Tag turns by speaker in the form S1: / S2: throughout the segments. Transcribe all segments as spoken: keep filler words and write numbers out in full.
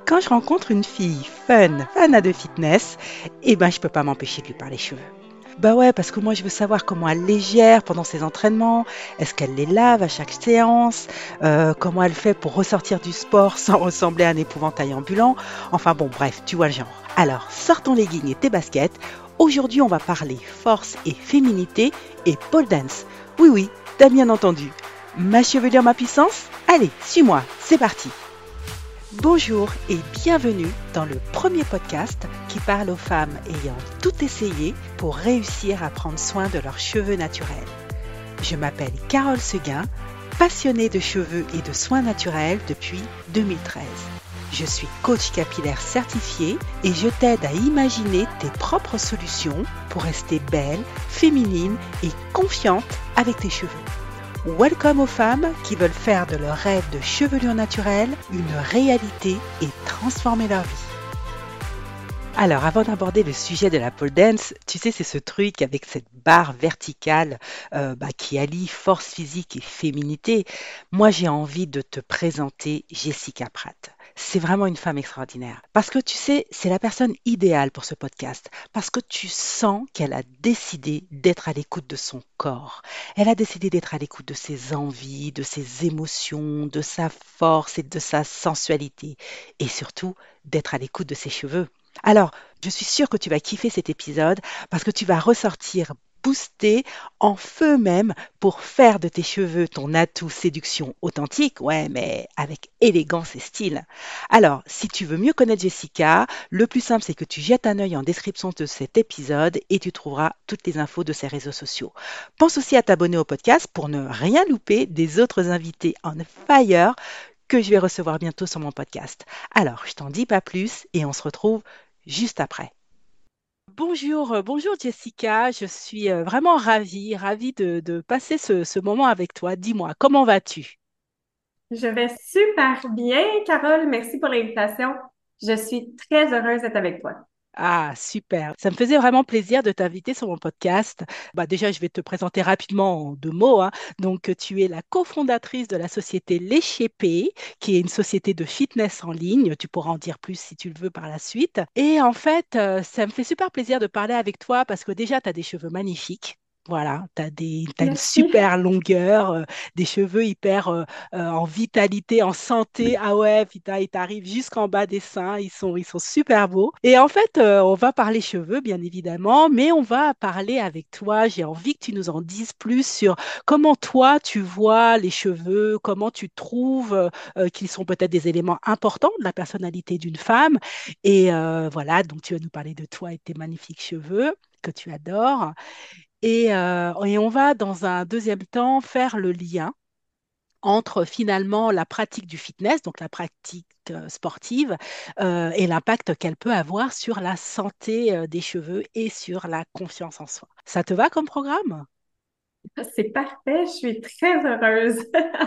S1: Quand je rencontre une fille fun, fan de fitness, eh ben je peux pas m'empêcher de lui parler cheveux. Bah ouais, parce que moi je veux savoir comment elle les gère pendant ses entraînements, est-ce qu'elle les lave à chaque séance, euh, comment elle fait pour ressortir du sport sans ressembler à un épouvantail ambulant. Enfin bon, bref, tu vois le genre. Alors, sors ton legging et tes baskets. Aujourd'hui, on va parler force et féminité et pole dance. Oui, oui, t'as bien entendu. Ma chevelure, ma puissance. Allez, suis-moi, c'est parti. Bonjour et bienvenue dans le premier podcast qui parle aux femmes ayant tout essayé pour réussir à prendre soin de leurs cheveux naturels. Je m'appelle Carole Seguin, passionnée de cheveux et de soins naturels depuis deux mille treize. Je suis coach capillaire certifiée et je t'aide à imaginer tes propres solutions pour rester belle, féminine et confiante avec tes cheveux. Welcome aux femmes qui veulent faire de leur rêve de chevelure naturelle une réalité et transformer leur vie. Alors, avant d'aborder le sujet de la pole dance, tu sais, c'est ce truc avec cette barre verticale euh, bah, qui allie force physique et féminité. Moi, j'ai envie de te présenter Jessica Pratt. C'est vraiment une femme extraordinaire. Parce que tu sais, c'est la personne idéale pour ce podcast. Parce que tu sens qu'elle a décidé d'être à l'écoute de son corps. Elle a décidé d'être à l'écoute de ses envies, de ses émotions, de sa force et de sa sensualité. Et surtout, d'être à l'écoute de ses cheveux. Alors, je suis sûre que tu vas kiffer cet épisode parce que tu vas ressortir boosté, en feu même, pour faire de tes cheveux ton atout séduction authentique, ouais, mais avec élégance et style. Alors, si tu veux mieux connaître Jessica, le plus simple, c'est que tu jettes un œil en description de cet épisode et tu trouveras toutes les infos de ses réseaux sociaux. Pense aussi à t'abonner au podcast pour ne rien louper des autres invités on fire que je vais recevoir bientôt sur mon podcast. Alors, je t'en dis pas plus et on se retrouve juste après. Bonjour, euh, bonjour Jessica, je suis euh, vraiment ravie, ravie de, de passer ce, ce moment avec toi. Dis-moi, comment vas-tu?
S2: Je vais super bien, Carole. Merci pour l'invitation. Je suis très heureuse d'être avec toi.
S1: Ah, super. Ça me faisait vraiment plaisir de t'inviter sur mon podcast. Bah, déjà, je vais te présenter rapidement en deux mots, hein. Donc, tu es la cofondatrice de la société L'Échappée, qui est une société de fitness en ligne. Tu pourras en dire plus si tu le veux par la suite. Et en fait, euh, ça me fait super plaisir de parler avec toi parce que déjà, tu as des cheveux magnifiques. Voilà, tu as des, t'as une
S2: Merci.
S1: super longueur, euh, des cheveux hyper euh, euh, en vitalité, en santé. Ah ouais, putain, ils t'arrivent jusqu'en bas des seins, ils sont, ils sont super beaux. Et en fait, euh, on va parler cheveux, bien évidemment, mais on va parler avec toi. J'ai envie que tu nous en dises plus sur comment toi, tu vois les cheveux, comment tu trouves euh, euh, qu'ils sont peut-être des éléments importants de la personnalité d'une femme. Et euh, voilà, donc tu vas nous parler de toi et tes magnifiques cheveux que tu adores. Et, euh, et on va, dans un deuxième temps, faire le lien entre finalement la pratique du fitness, donc la pratique euh, sportive, euh, et l'impact qu'elle peut avoir sur la santé euh, des cheveux et sur la confiance en soi. Ça te va comme programme?
S2: C'est parfait. Je suis très heureuse.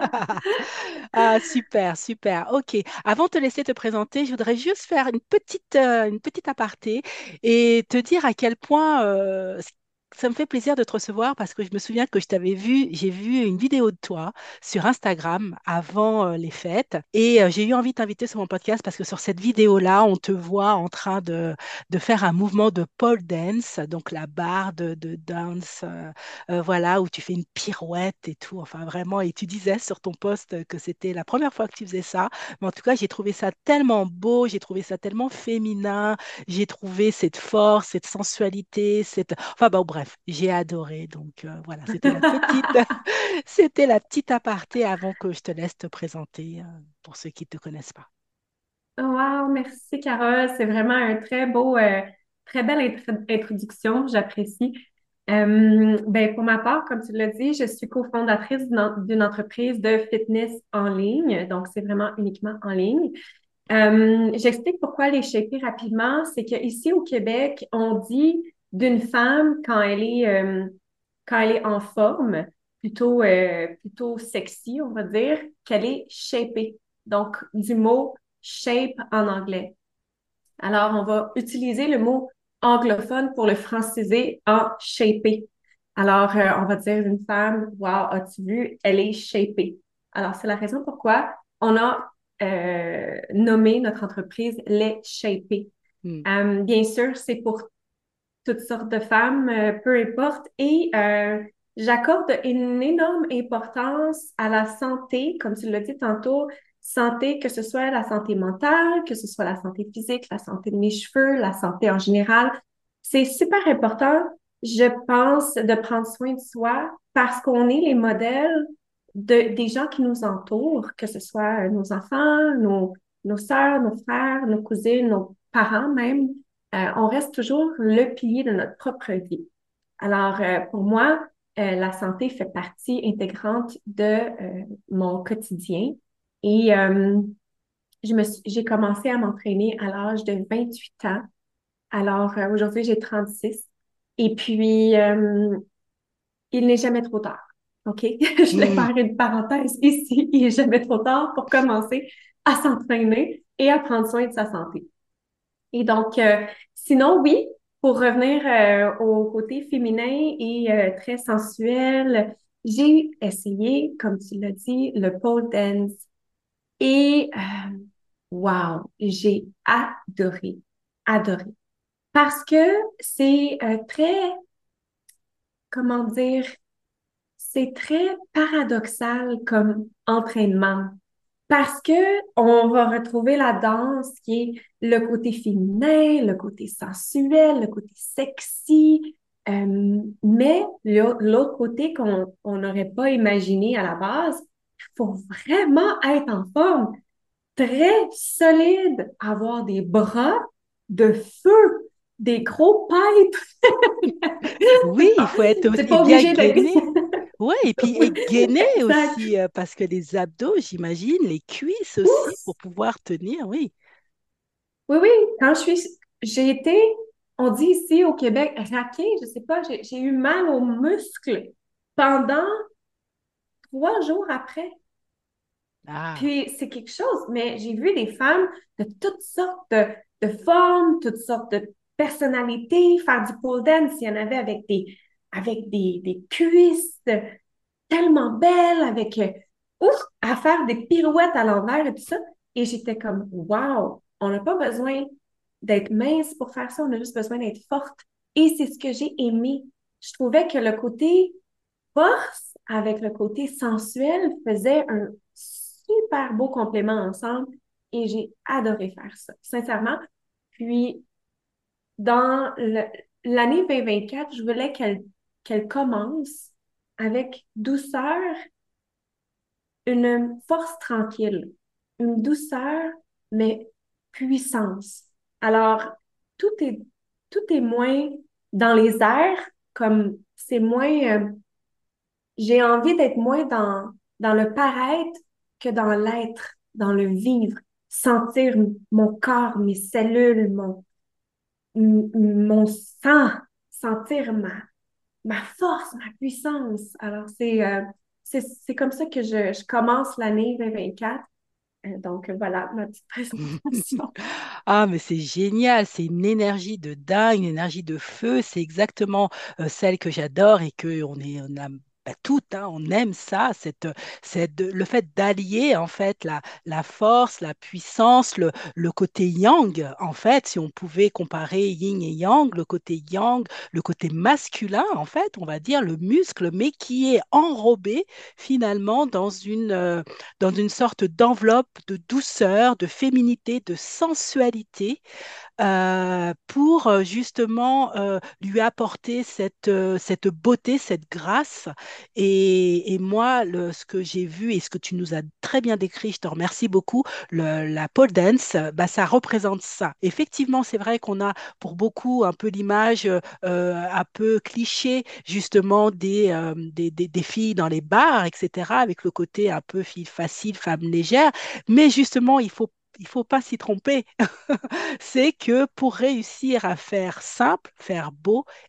S1: Ah, super, super. OK. Avant de te laisser te présenter, je voudrais juste faire une petite, euh, une petite aparté et te dire à quel point euh, ça me fait plaisir de te recevoir parce que je me souviens que je t'avais vu, j'ai vu une vidéo de toi sur Instagram avant euh, les fêtes et euh, j'ai eu envie de t'inviter sur mon podcast parce que sur cette vidéo-là, on te voit en train de, de faire un mouvement de pole dance, donc la barre de, de dance. euh, euh, voilà, où tu fais une pirouette et tout. Enfin, vraiment, et tu disais sur ton post que c'était la première fois que tu faisais ça. Mais en tout cas, j'ai trouvé ça tellement beau, j'ai trouvé ça tellement féminin, j'ai trouvé cette force, cette sensualité, cette... Enfin, bon, bref, j'ai adoré. Donc, euh, voilà, c'était la petite, c'était la petite aparté avant que je te laisse te présenter euh, pour ceux qui ne te connaissent pas.
S2: Wow, merci, Carole. C'est vraiment un très beau, euh, très belle intro- introduction. J'apprécie. Euh, ben, pour ma part, comme tu l'as dit, je suis cofondatrice d'une en- d'une entreprise de fitness en ligne. Donc, c'est vraiment uniquement en ligne. Euh, j'explique pourquoi les shaper rapidement. C'est qu'ici au Québec, on dit d'une femme quand elle est, euh, quand elle est en forme, plutôt, euh, plutôt sexy, on va dire, qu'elle est shapée. Donc, du mot shape en anglais. Alors, on va utiliser le mot anglophone pour le franciser en shapé. Alors, euh, on va dire une femme, wow, as-tu vu, elle est shapée. Alors, c'est la raison pourquoi on a euh, nommé notre entreprise Les Shapés.
S1: Mm.
S2: Euh, bien sûr, c'est pour toutes sortes de femmes, euh, peu importe. Et euh, j'accorde une énorme importance à la santé, comme tu l'as dit tantôt, santé, que ce soit la santé mentale, que ce soit la santé physique, la santé de mes cheveux, la santé en général. C'est super important, je pense, de prendre soin de soi parce qu'on est les modèles de, des gens qui nous entourent, que ce soit nos enfants, nos, nos sœurs, nos frères, nos cousines, nos parents même. Euh, on reste toujours le pilier de notre propre vie. Alors, euh, pour moi, euh, la santé fait partie intégrante de euh, mon quotidien. Et euh, je me suis- j'ai commencé à m'entraîner à l'âge de vingt-huit ans. Alors, euh, aujourd'hui, j'ai trente-six. Et puis, euh, il n'est jamais trop tard. OK? Je vais
S1: Mm.
S2: faire une parenthèse ici. Il n'est jamais trop tard pour commencer à s'entraîner et à prendre soin de sa santé. Et donc, euh, sinon, oui, pour revenir euh, au côté féminin et euh, très sensuel, j'ai essayé, comme tu l'as dit, le pole dance et euh, wow, j'ai adoré, adoré. Parce que c'est euh, très, comment dire, c'est très paradoxal comme entraînement. Parce que on va retrouver la danse qui est le côté féminin, le côté sensuel, le côté sexy, euh, mais l'au- l'autre côté qu'on on n'aurait pas imaginé à la base, il faut vraiment être en forme, très solide, avoir des bras de feu, des gros pipes.
S1: Oui,
S2: C'est
S1: il
S2: pas,
S1: faut être
S2: c'est
S1: aussi
S2: pas
S1: bien
S2: obligé d'être.
S1: gainé. Ouais, et puis et gainé
S2: Exact.
S1: aussi, euh, parce que les abdos, j'imagine, les cuisses aussi,
S2: Ouf!
S1: pour pouvoir tenir, oui.
S2: Oui, oui, quand je suis, j'ai été, on dit ici au Québec, raquée, je sais pas, j'ai j'ai eu mal aux muscles pendant trois jours après.
S1: Ah,
S2: Puis c'est quelque chose, mais j'ai vu des femmes de toutes sortes de, de formes, toutes sortes de personnalités faire du pole dance. Il y en avait avec des, avec des, des cuisses tellement belles, avec, euh, ouf, à faire des pirouettes à l'envers et tout ça. Et j'étais comme, wow, on n'a pas besoin d'être mince pour faire ça, on a juste besoin d'être forte. Et c'est ce que j'ai aimé. Je trouvais que le côté force avec le côté sensuel faisait un super beau complément ensemble et j'ai adoré faire ça, sincèrement. Puis, dans le- l'année deux mille vingt-quatre, je voulais qu'elle qu'elle commence avec douceur, une force tranquille, une douceur, mais puissance. Alors, tout est, tout est moins dans les airs, comme c'est moins, euh, j'ai envie d'être moins dans, dans le paraître que dans l'être, dans le vivre, sentir m- mon corps, mes cellules, mon, m- mon sang, sentir ma, ma force, ma puissance. Alors, c'est euh, c'est, c'est comme ça que je, je commence l'année deux mille vingt-quatre. Euh, donc, voilà ma petite présentation.
S1: ah, mais c'est génial, c'est une énergie de dingue, une énergie de feu, c'est exactement euh, celle que j'adore et que on est, on a bah, toutes, hein, on aime ça, cette, cette, le fait d'allier en fait la, la force, la puissance, le, le côté yang, en fait, si on pouvait comparer yin et yang, le côté yang, le côté masculin, en fait, on va dire le muscle, mais qui est enrobé finalement dans une, euh, dans une sorte d'enveloppe de douceur, de féminité, de sensualité, euh, pour euh, justement euh, lui apporter cette, euh, cette beauté, cette grâce. Et, et moi, le- ce que j'ai vu et ce que tu nous as très bien décrit, je te remercie beaucoup, le- la pole dance, euh, bah, ça représente ça. Effectivement, c'est vrai qu'on a pour beaucoup un peu l'image euh, un peu cliché, justement, des, euh, des, des- des filles dans les bars, et cetera, avec le côté un peu fille facile, femme légère. Mais justement, il faut il faut pas s'y tromper. C'est que pour réussir à faire simple, faire beau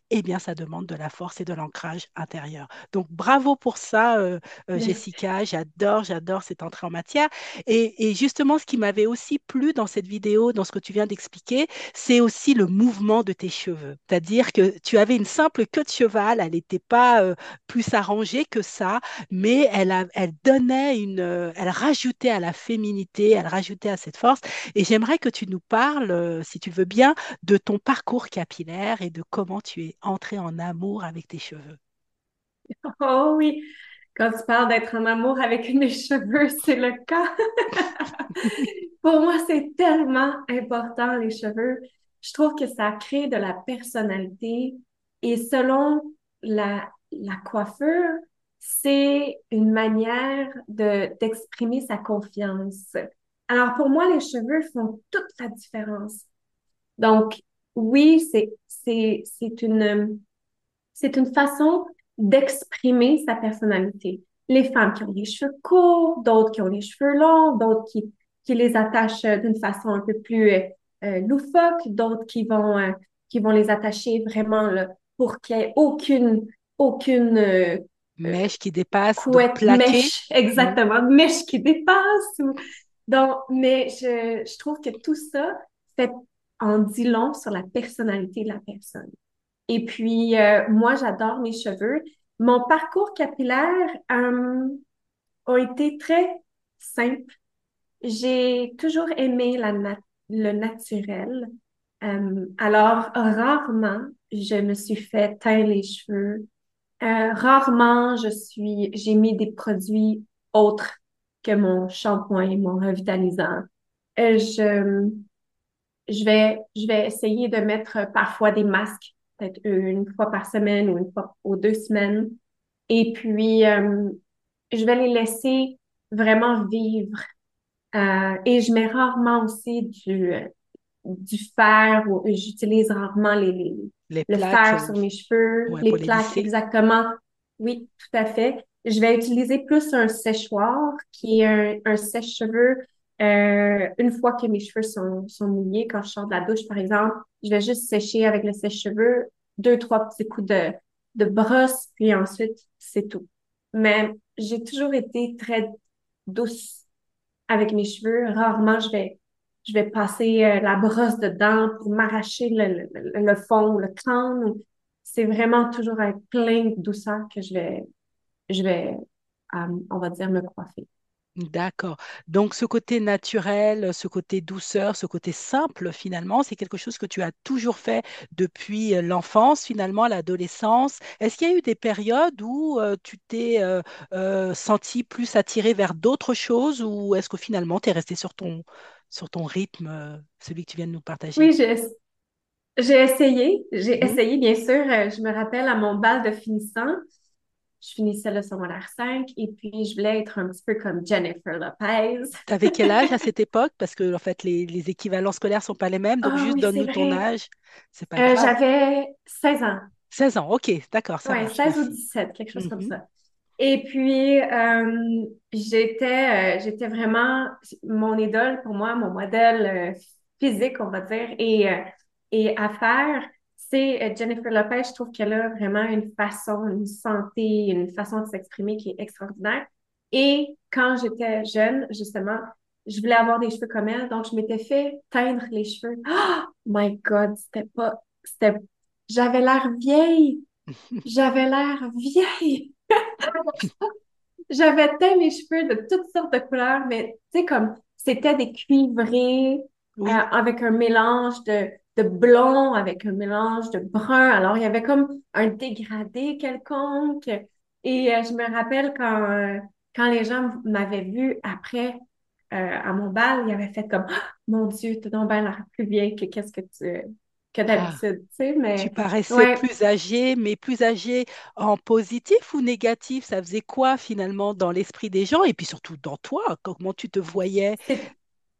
S1: eh bien, ça demande de la force et de l'ancrage intérieur. Donc, bravo pour ça, euh, euh,
S2: Merci.
S1: Jessica. J'adore, j'adore cette entrée en matière. Et, et justement, ce qui m'avait aussi plu dans cette vidéo, dans ce que tu viens d'expliquer, c'est aussi le mouvement de tes cheveux. C'est-à-dire que tu avais une simple queue de cheval, elle n'était pas euh, plus arrangée que ça, mais elle, a- elle donnait une, euh, elle rajoutait à la féminité, elle rajoutait à cette force. Et j'aimerais que tu nous parles, euh, si tu le veux bien, de ton parcours capillaire et de comment tu es entrée en amour avec tes cheveux.
S2: Oh oui, quand tu parles d'être en amour avec mes cheveux, c'est le cas. Pour moi, c'est tellement important, les cheveux. Je trouve que ça crée de la personnalité et selon la, la coiffure, c'est une manière de, d'exprimer sa confiance. Alors, pour moi, les cheveux font toute la différence. Donc, oui, c'est, c'est, c'est une, c'est une façon d'exprimer sa personnalité. Les femmes qui ont les cheveux courts, d'autres qui ont les cheveux longs, d'autres qui, qui les attachent euh, d'une façon un peu plus euh, euh, loufoque, d'autres qui vont, euh, qui vont les attacher vraiment là, pour qu'il n'y ait aucune, aucune euh, euh,
S1: Mèche qui dépasse, donc
S2: couette,
S1: plaquée.
S2: mèche,
S1: Mm.
S2: exactement, mèche qui dépasse. Ou... Donc, mais je, je trouve que tout ça fait en dit long sur la personnalité de la personne. Et puis, euh, moi, j'adore mes cheveux. Mon parcours capillaire euh, a été très simple. J'ai toujours aimé la nat- le naturel. Euh, alors, rarement, je me suis fait teindre les cheveux. Euh, rarement, je suis, j'ai mis des produits autres que mon shampoing, mon revitalisant. Euh, je, je vais, je vais essayer de mettre parfois des masques, peut-être une fois par semaine ou une fois aux deux semaines. Et puis, euh, je vais les laisser vraiment vivre. Euh, et je mets rarement aussi du, du fer ou j'utilise rarement les, les-
S1: Les
S2: le
S1: plaques,
S2: fer
S1: euh,
S2: sur mes cheveux,
S1: ouais, pour
S2: les
S1: les
S2: plaques,
S1: lisser.
S2: exactement. Oui, tout à fait. Je vais utiliser plus un séchoir qui est un, un sèche-cheveux. Euh, une fois que mes cheveux sont, sont mouillés, quand je sors de la douche, par exemple, je vais juste sécher avec le sèche-cheveux, deux, trois petits coups de, de brosse, puis ensuite, c'est tout. Mais j'ai toujours été très douce avec mes cheveux. Rarement, je vais, je vais passer euh, la brosse dedans pour m'arracher le, le, le fond, le crâne. C'est vraiment toujours avec plein de douceur que je vais, je vais, euh, on va dire, me coiffer.
S1: D'accord. Donc, ce côté naturel, ce côté douceur, ce côté simple, finalement, c'est quelque chose que tu as toujours fait depuis euh, l'enfance, finalement, l'adolescence. Est-ce qu'il y a eu des périodes où euh, tu t'es euh, euh, senti plus attiré vers d'autres choses ou est-ce que finalement, tu es resté sur ton, sur ton rythme, euh, celui que tu viens de nous partager?
S2: Oui, j'ai, j'ai essayé, j'ai
S1: Mhm.
S2: essayé, bien sûr. Euh, je me rappelle à mon bal de finissant, je finissais le secondaire cinq et puis je voulais être un petit peu comme Jennifer Lopez.
S1: Tu avais quel âge à cette époque? Parce que, en fait, les, les équivalents scolaires sont pas les mêmes, donc
S2: Ah
S1: juste
S2: oui, c'est
S1: donne-nous ton
S2: vrai.
S1: âge. C'est pas
S2: Euh,
S1: grave.
S2: j'avais seize ans.
S1: Seize ans, ok, d'accord, ça
S2: Ouais,
S1: marche,
S2: seize ou
S1: merci.
S2: dix-sept, quelque chose comme
S1: Mhm.
S2: ça. Et puis, euh, j'étais, euh, j'étais vraiment mon idole pour moi, mon modèle euh, physique, on va dire, et, euh, et à faire, c'est euh, Jennifer Lopez. Je trouve qu'elle a vraiment une façon, une santé, une façon de s'exprimer qui est extraordinaire. Et quand j'étais jeune, justement, je voulais avoir des cheveux comme elle, donc je m'étais fait teindre les cheveux. Oh my God, c'était pas, c'était, j'avais l'air vieille. J'avais l'air vieille. J'avais teint mes cheveux de toutes sortes de couleurs, mais tu sais, comme c'était des cuivrés euh,
S1: Oui.
S2: avec un mélange de, de blond, avec un mélange de brun. Alors, il y avait comme un dégradé quelconque. Et euh, je me rappelle quand, euh, quand les gens m'avaient vu après euh, à mon bal, ils avaient fait comme Ah, mon Dieu, t'as donc bien l'air plus vieille que qu'est-ce que tu que
S1: Ah,
S2: d'habitude, tu sais,
S1: tu
S2: mais
S1: paraissais
S2: ouais.
S1: plus âgé, mais plus âgé en positif ou négatif? Ça faisait quoi finalement dans l'esprit des gens et puis surtout dans toi? Comment tu te voyais?
S2: C'est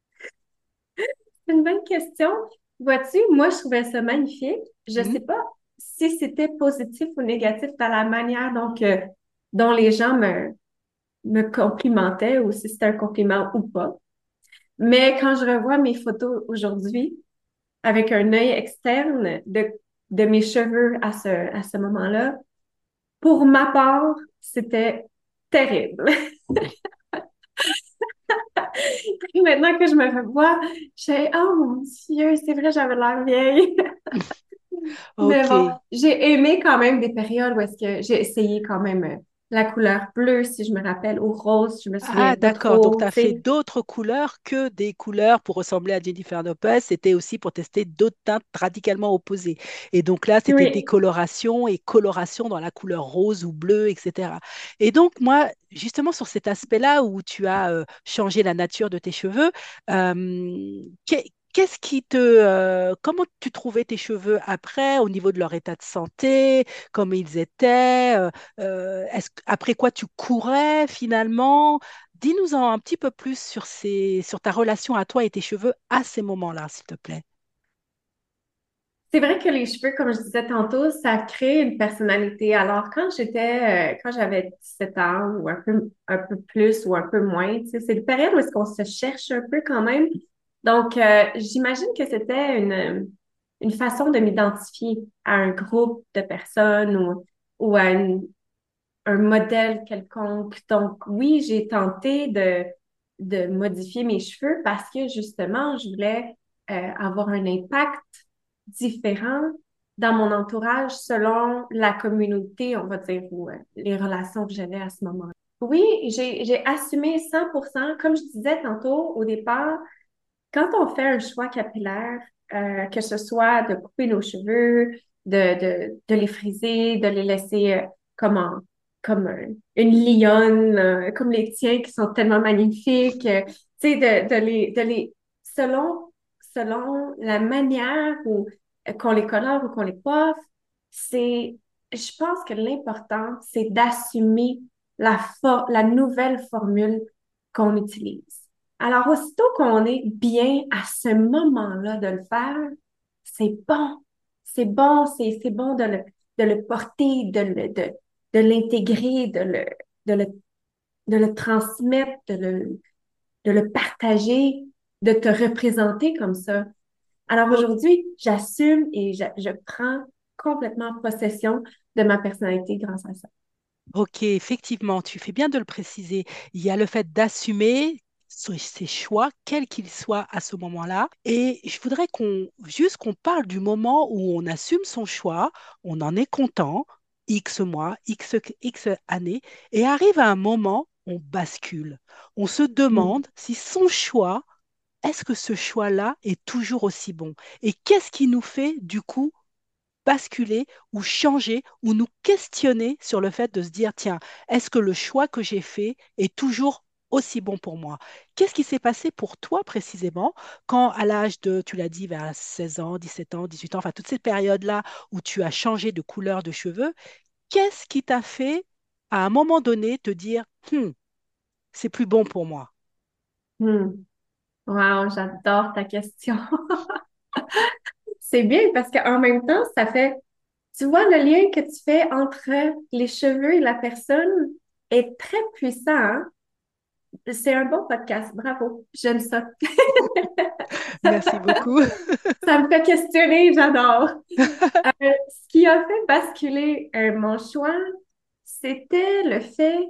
S2: C'est une bonne question. Vois-tu, moi, je trouvais ça magnifique. Je
S1: Hmm.
S2: sais pas si c'était positif ou négatif dans la manière dont, que- dont les gens me, me complimentaient ou si c'était un compliment ou pas. Mais quand je revois mes photos aujourd'hui avec un œil externe de de mes cheveux à ce, à ce moment-là. Pour ma part, c'était terrible. Et maintenant que je me revois, je fais, oh mon Dieu, c'est vrai, j'avais l'air vieille. Mais bon,
S1: Ok.
S2: j'ai aimé quand même des périodes où est-ce que j'ai essayé quand même euh, la couleur bleue, si je me rappelle, ou rose, je me souviens
S1: Ah,
S2: pas
S1: d'accord. Donc, tu
S2: trop,
S1: as
S2: tu
S1: fait
S2: sais.
S1: d'autres couleurs que des couleurs pour ressembler à Jennifer Lopez. C'était aussi pour tester d'autres teintes radicalement opposées. Et donc là, c'était
S2: Oui,
S1: décoloration et coloration dans la couleur rose ou bleue, et cetera. Et donc, moi, justement, sur cet aspect-là où tu as euh, changé la nature de tes cheveux, euh, qu'est- qu'est-ce qui te, euh, comment tu trouvais tes cheveux après, au niveau de leur état de santé, comme ils étaient? euh, euh, est-ce, que- après quoi tu courais finalement? Dis-nous-en un petit peu plus sur ces, sur ta relation à toi et tes cheveux à ces moments-là, s'il te plaît.
S2: c'est vrai que les cheveux, comme je disais tantôt, ça crée une personnalité. Alors, quand j'étais, euh, quand j'avais sept ans ou un peu, un peu plus ou un peu moins, tu sais, c'est une période où est-ce qu'on se cherche un peu quand même. Donc, euh, j'imagine que c'était une, une façon de m'identifier à un groupe de personnes ou, ou à une- un modèle quelconque. Donc, oui, j'ai tenté de, de modifier mes cheveux parce que justement, je voulais euh, avoir un impact différent dans mon entourage selon la communauté, on va dire, ou euh, les relations que j'avais à ce moment-là. Oui, j'ai, j'ai assumé cent pour cent. Comme je disais tantôt au départ, quand on fait un choix capillaire, euh, que ce soit de couper nos cheveux, de, de, de les friser, de les laisser euh, comme, en- comme un- une lionne, euh, comme les tiens qui sont tellement magnifiques, euh, tu sais, de, de les, de les, selon, selon la manière où, euh, qu'on les colore ou qu'on les coiffe, c'est, je pense que l'important, c'est d'assumer la, for- la nouvelle formule qu'on utilise. Alors, aussitôt qu'on est bien à ce moment-là de le faire, c'est bon. C'est bon, c'est, c'est bon de le, de le porter, de le, de, de l'intégrer, de le, de le, de le transmettre, de le, de le partager, de te représenter comme ça. Alors
S1: O-
S2: aujourd'hui, j'assume et je, je prends complètement possession de ma personnalité grâce à ça.
S1: Ok, effectivement, tu fais bien de le préciser. Il y a le fait d'assumer ce- ses choix, quels qu'ils soient à ce moment-là. Et je voudrais qu'on, juste qu'on parle du moment où on assume son choix, on en est content, X mois, X, X années, et arrive à un moment, on bascule. On se
S2: Mm.
S1: demande si son choix, est-ce que ce choix-là est toujours aussi bon? Et qu'est-ce qui nous fait, du coup, basculer ou changer ou nous questionner sur le fait de se dire, tiens, est-ce que le choix que j'ai fait est toujours aussi bon pour moi? Qu'est-ce qui s'est passé pour toi précisément quand à l'âge de, tu l'as dit, vers seize ans, dix-sept ans, dix-huit ans, enfin toute cette période-là où tu as changé de couleur de cheveux, qu'est-ce qui t'a fait à un moment donné te dire, Hmm, c'est plus bon pour moi?
S2: Hmm. Wow, j'adore ta question. C'est bien parce qu'en même temps, ça fait, tu vois, le lien que tu fais entre les cheveux et la personne est très puissant, hein? C'est un bon podcast. Bravo. J'aime ça.
S1: Merci beaucoup.
S2: Ça me fait questionner. J'adore. Euh, ce qui a fait basculer euh, mon choix, c'était le fait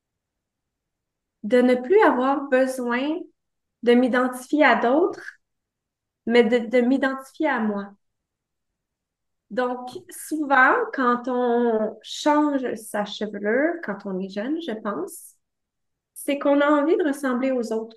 S2: de ne plus avoir besoin de m'identifier à d'autres, mais de, de m'identifier à moi. Donc, souvent, quand on change sa chevelure, quand on est jeune, je pense, c'est qu'on a envie de ressembler aux autres.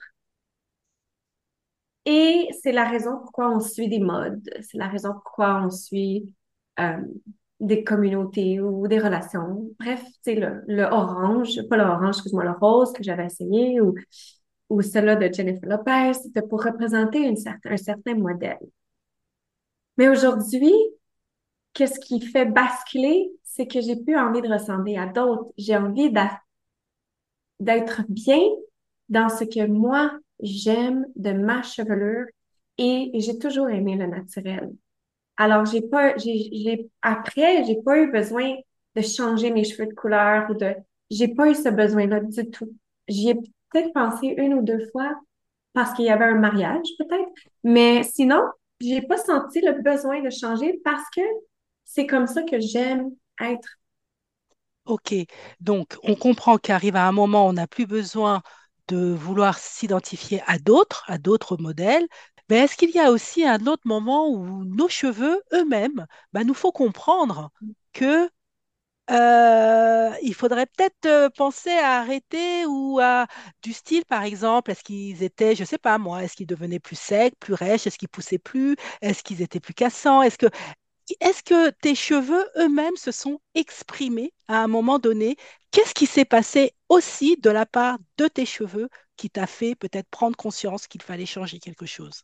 S2: Et c'est la raison pourquoi on suit des modes, c'est la raison pourquoi on suit euh, des communautés ou des relations. Bref, c'est le, le orange, pas le orange, excuse-moi, le rose que j'avais essayé ou, ou celui de Jennifer Lopez, c'était pour représenter une certain, un certain modèle. Mais aujourd'hui, qu'est-ce qui fait basculer, c'est que j'ai plus envie de ressembler à d'autres. J'ai envie d'a- d'être bien dans ce que moi, j'aime de ma chevelure et j'ai toujours aimé le naturel. Alors, j'ai pas, j'ai, j'ai, après, j'ai pas eu besoin de changer mes cheveux de couleur ou de, j'ai pas eu ce besoin-là du tout. J'y ai peut-être pensé une ou deux fois parce qu'il y avait un mariage, peut-être. Mais sinon, j'ai pas senti le besoin de changer parce que c'est comme ça que j'aime être.
S1: Ok, donc on comprend qu'arrive à un moment, on n'a plus besoin de vouloir s'identifier à d'autres, à d'autres modèles. Mais est-ce qu'il y a aussi un autre moment où nos cheveux eux-mêmes, bah, nous faut comprendre que euh, il faudrait peut-être euh, penser à arrêter ou à du style, par exemple, est-ce qu'ils étaient, je sais pas moi, est-ce qu'ils devenaient plus secs, plus rêches, est-ce qu'ils poussaient plus, est-ce qu'ils étaient plus cassants, est-ce que est-ce que tes cheveux eux-mêmes se sont exprimés à un moment donné? Qu'est-ce qui s'est passé aussi de la part de tes cheveux qui t'a fait peut-être prendre conscience qu'il fallait changer quelque chose?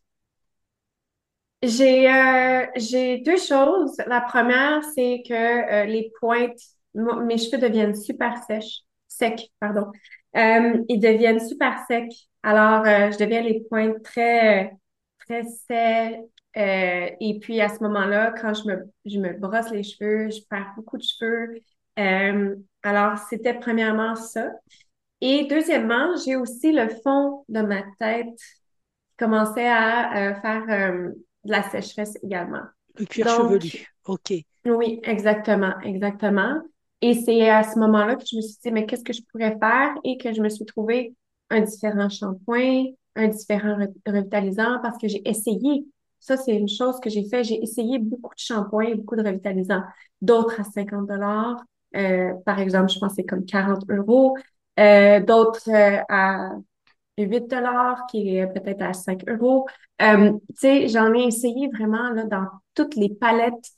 S2: J'ai euh, j'ai deux choses. La première, c'est que euh, les pointes, mo- mes cheveux deviennent super sèches, secs, pardon. Euh, ils deviennent super secs. Alors, euh, je deviens les pointes très, très secs. Euh, et puis, à ce moment-là, quand je me, je me brosse les cheveux, je perds beaucoup de cheveux. Euh, alors, c'était premièrement ça. Et deuxièmement, j'ai aussi le fond de ma tête commençait à euh, faire euh, de la sécheresse également.
S1: Le cuir
S2: Donc,
S1: chevelu. OK.
S2: oui, exactement, exactement. Et c'est à ce moment-là que je me suis dit, mais qu'est-ce que je pourrais faire et que je me suis trouvé un différent shampoing, un différent re- revitalisant parce que j'ai essayé. Ça, c'est une chose que j'ai fait. J'ai essayé beaucoup de shampoings et beaucoup de revitalisants. D'autres à cinquante dollars. Euh, par exemple, je pense que c'est comme quarante euros. Euh, d'autres euh, à huit dollars, qui est peut-être à cinq euros. Euh, tu sais, j'en ai essayé vraiment là, dans toutes les palettes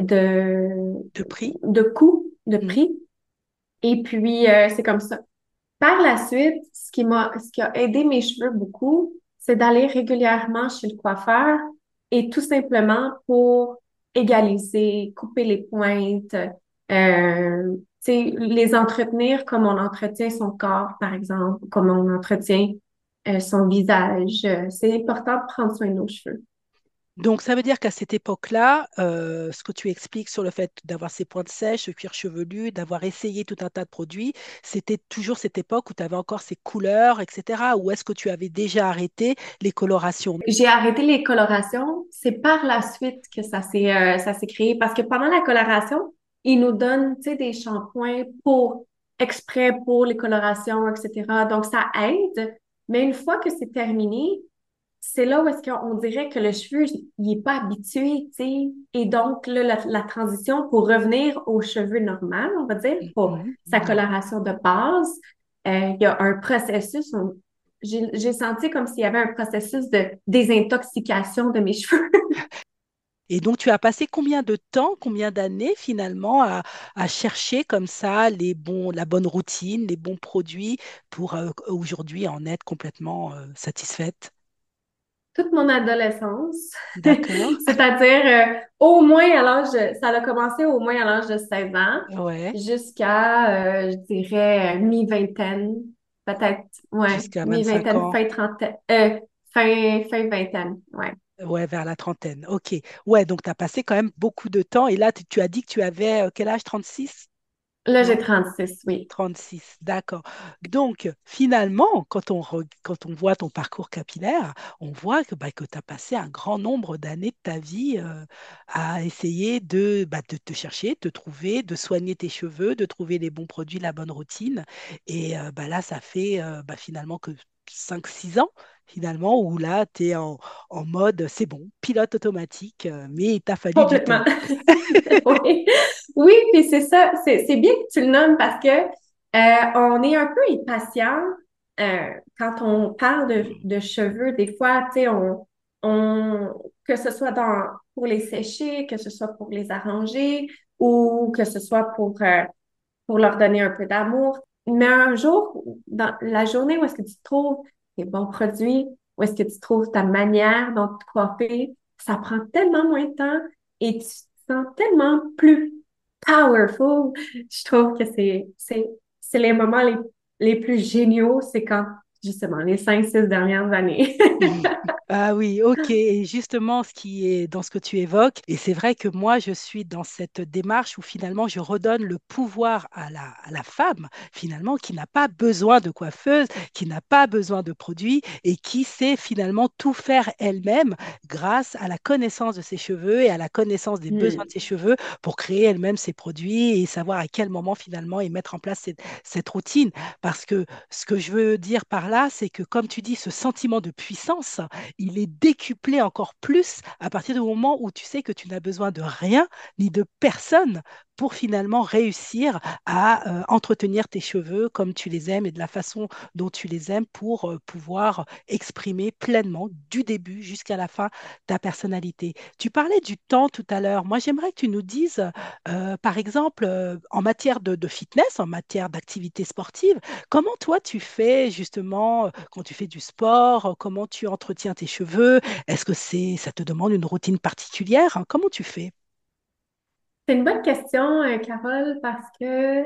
S2: de,
S1: De prix?
S2: de coûts, de
S1: Hmm.
S2: prix. Et puis, euh, c'est comme ça. Par la suite, ce qui m'a, ce qui a aidé mes cheveux beaucoup, c'est d'aller régulièrement chez le coiffeur et tout simplement pour égaliser, couper les pointes, euh, tu sais, les entretenir comme on entretient son corps, par exemple, comme on entretient euh, son visage. Euh, C'est important de prendre soin de nos cheveux.
S1: Donc, ça veut dire qu'à cette époque-là, euh, ce que tu expliques sur le fait d'avoir ces pointes sèches, ce cuir chevelu, d'avoir essayé tout un tas de produits, c'était toujours cette époque où tu avais encore ces couleurs, et cetera. Ou est-ce que tu avais déjà arrêté les colorations?
S2: J'ai arrêté les colorations. C'est par la suite que ça s'est euh, ça s'est créé parce que pendant la coloration, ils nous donnent, tu sais, des shampoings pour exprès pour les colorations, et cetera. Donc ça aide, mais une fois que c'est terminé, c'est là où est-ce qu'on dirait que le cheveu, il est pas habitué, tu sais. Et donc là, la, la transition pour revenir aux cheveux normal, on va dire, pour
S1: Mhm.
S2: sa
S1: Ouais.
S2: coloration de base, euh, il y a un processus. on- j'ai, j'ai senti comme s'il y avait un processus de désintoxication de mes cheveux.
S1: Et donc, tu as passé combien de temps, combien d'années finalement à, à chercher comme ça les bons, la bonne routine, les bons produits pour euh, aujourd'hui en être complètement euh, satisfaite?
S2: Toute mon adolescence,
S1: D'accord?
S2: c'est-à-dire euh, au moins à l'âge, de- ça a commencé au moins à l'âge de seize ans
S1: Ouais,
S2: jusqu'à, euh, je dirais, euh, mi-vingtaine, peut-être, ouais,
S1: jusqu'à vingt-cinq
S2: mi-vingtaine,
S1: ans.
S2: fin trentaine, euh, fin, fin vingtaine, ouais.
S1: Ouais, vers la trentaine. Ok. Ouais, donc tu as passé quand même beaucoup de temps. Et là, tu, tu as dit que tu avais euh, quel âge? Trente-six.
S2: Là, j'ai
S1: Non?
S2: trente-six, oui.
S1: Trente-six. D'accord. Donc, finalement, quand on, re- quand on voit ton parcours capillaire, on voit que, bah, que tu as passé un grand nombre d'années de ta vie euh, à essayer de, bah, de te chercher, de te trouver, de soigner tes cheveux, de trouver les bons produits, la bonne routine. Et euh, bah, là, ça fait euh, bah, finalement que cinq six ans, finalement, où là, tu es en, en mode, c'est bon, pilote automatique, euh, mais il t'a fallu du
S2: Complètement.
S1: temps.
S2: Oui, oui, puis c'est ça, c'est c'est bien que tu le nommes parce que euh, on est un peu impatient euh, quand on parle de, de cheveux. Des fois, tu sais, on, on que ce soit dans pour les sécher, que ce soit pour les arranger ou que ce soit pour euh, pour leur donner un peu d'amour. Mais un jour, dans la journée où est-ce que tu trouves les bons produits, où est-ce que tu trouves ta manière dont te coiffer, ça prend tellement moins de temps et tu te sens tellement plus powerful. Je trouve que c'est, c'est, c'est les moments les, les plus géniaux, c'est quand justement, les cinq, six dernières années.
S1: Ah oui, ok. Et justement, ce qui est dans ce que tu évoques, et c'est vrai que moi, je suis dans cette démarche où finalement, je redonne le pouvoir à la, à la femme, finalement, qui n'a pas besoin de coiffeuse, qui n'a pas besoin de produits et qui sait finalement tout faire elle-même grâce à la connaissance de ses cheveux et à la connaissance des besoins de
S2: Hmm.
S1: ses cheveux pour créer elle-même ses produits et savoir à quel moment finalement et mettre en place cette, cette routine. Parce que ce que je veux dire par là, c'est que comme tu dis, ce sentiment de puissance, il est décuplé encore plus à partir du moment où tu sais que tu n'as besoin de rien ni de personne pour finalement réussir à euh, entretenir tes cheveux comme tu les aimes et de la façon dont tu les aimes pour euh, pouvoir exprimer pleinement du début jusqu'à la fin ta personnalité. Tu parlais du temps tout à l'heure. Moi, j'aimerais que tu nous dises, euh, par exemple, euh, en matière de, de fitness, en matière d'activité sportive, comment toi tu fais justement euh, quand tu fais du sport, euh, comment tu entretiens tes cheveux? Est-ce que c'est, ça te demande une routine particulière, hein? Comment tu fais?
S2: C'est une bonne question, euh, Carole, parce que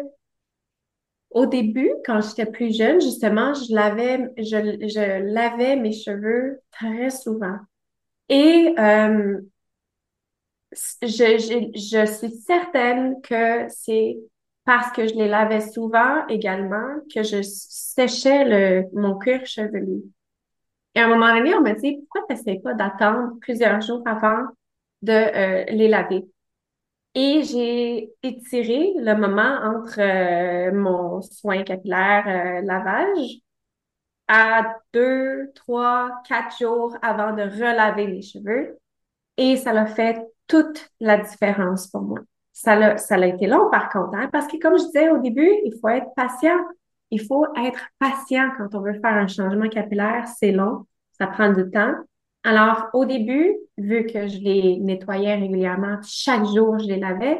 S2: au début, quand j'étais plus jeune, justement, je lavais, je, je lavais mes cheveux très souvent. Et euh, je, je, je suis certaine que c'est parce que je les lavais souvent également que je séchais le, mon cuir chevelu. Et à un moment donné, on m'a dit, pourquoi tu n'essaies pas d'attendre plusieurs jours avant de euh, les laver? Et j'ai étiré le moment entre euh, mon soin capillaire euh, lavage à deux, trois, quatre jours avant de relaver mes cheveux. Et ça l'a fait toute la différence pour moi. Ça l'a, ça l'a été long par contre, hein, parce que comme je disais au début, il faut être patient. Il faut être patient quand on veut faire un changement capillaire. C'est long, ça prend du temps. Alors, au début, vu que je les nettoyais régulièrement, chaque jour, je les lavais,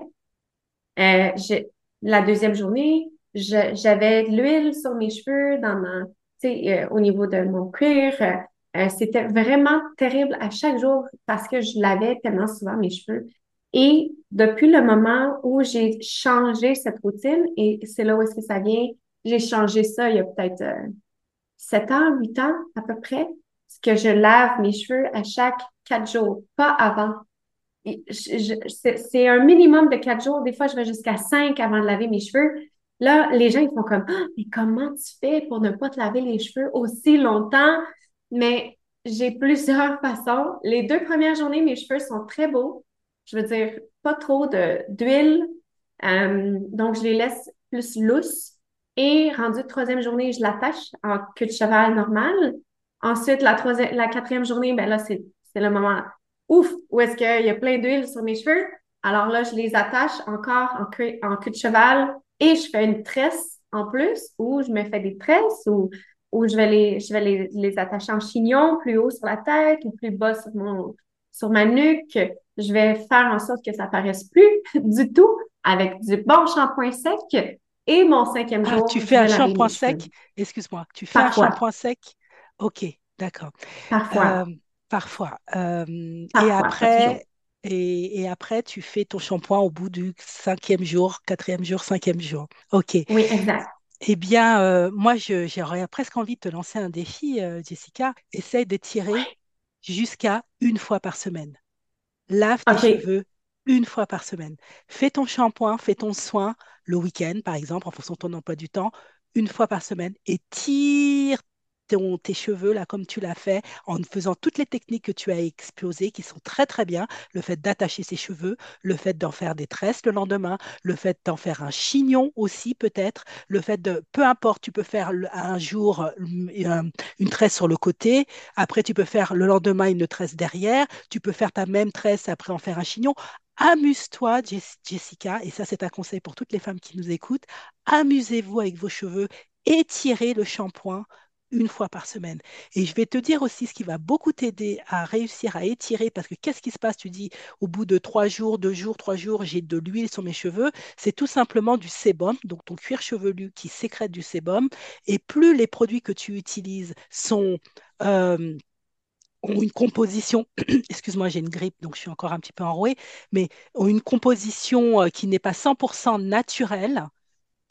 S2: euh, je- la deuxième journée, je- j'avais de l'huile sur mes cheveux, dans ma, tu sais, euh, au niveau de mon cuir. Euh, euh, c'était vraiment terrible à chaque jour parce que je lavais tellement souvent mes cheveux. Et depuis le moment où j'ai changé cette routine, et c'est là où est-ce que ça vient, j'ai changé ça il y a peut-être euh, sept ans, huit ans à peu près, que je lave mes cheveux à chaque quatre jours, pas avant. Et je- je- c'est c'est un minimum de quatre jours. Des fois, je vais jusqu'à cinq avant de laver mes cheveux. Là, les gens, ils font comme, ah, mais comment tu fais pour ne pas te laver les cheveux aussi longtemps? Mais j'ai plusieurs façons. Les deux premières journées, mes cheveux sont très beaux. Je veux dire, pas trop de d'huile. Euh, donc, je les laisse plus lousses. Et rendu troisième journée, je l'attache en queue de cheval normale. Ensuite, la troisième, la quatrième journée, ben là, c'est c'est le moment ouf, où est-ce qu'il y a plein d'huile sur mes cheveux. Alors là, je les attache encore en queue, en queue de cheval et je fais une tresse en plus ou je me fais des tresses ou, ou je vais les, je vais les, les attacher en chignon plus haut sur la tête ou plus bas sur mon, sur ma nuque. Je vais faire en sorte que ça paraisse plus du tout avec du bon shampoing sec. Et mon cinquième
S1: Ah, tu
S2: jour,
S1: fais
S2: je
S1: un
S2: vais laver mes
S1: shampoing
S2: cheveux.
S1: sec? Excuse-moi, tu fais un
S2: Parfois,
S1: shampoing sec? Ok, d'accord. Euh,
S2: parfois,
S1: parfois. Euh, et
S2: parfois, pas toujours.
S1: après, et, et après, tu fais ton shampoing au bout du cinquième jour, quatrième jour, cinquième jour. Ok.
S2: Oui, exact.
S1: Eh bien, euh, moi, je- j'aurais presque envie de te lancer un défi, euh, Jessica. Essaye de tirer jusqu'à une fois par semaine. Lave tes
S2: OK.
S1: cheveux une fois par semaine. Fais ton shampoing, fais ton soin le week-end, par exemple, en fonction de ton emploi du temps, une fois par semaine et tire ton- tes cheveux là comme tu l'as fait en faisant toutes les techniques que tu as exposées qui sont très très bien. Le fait d'attacher ses cheveux, le fait d'en faire des tresses le lendemain, le fait d'en faire un chignon aussi peut-être, le fait de, peu importe, tu peux faire le- un jour euh, une une tresse sur le côté, après tu peux faire le lendemain une tresse derrière, tu peux faire ta même tresse après en faire un chignon. Amuse-toi, Jess- Jessica, et ça c'est un conseil pour toutes les femmes qui nous écoutent, amusez-vous avec vos cheveux, étirez le shampoing une fois par semaine. Et je vais te dire aussi ce qui va beaucoup t'aider à réussir à étirer, parce que qu'est-ce qui se passe? Tu dis, au bout de trois jours, deux jours, trois jours, j'ai de l'huile sur mes cheveux. C'est tout simplement du sébum, donc ton cuir chevelu qui sécrète du sébum. Et plus les produits que tu utilises sont... euh, ont une composition, excuse-moi, j'ai une grippe, donc je suis encore un petit peu enrouée, mais ont une composition euh, qui n'est pas cent pour cent naturelle,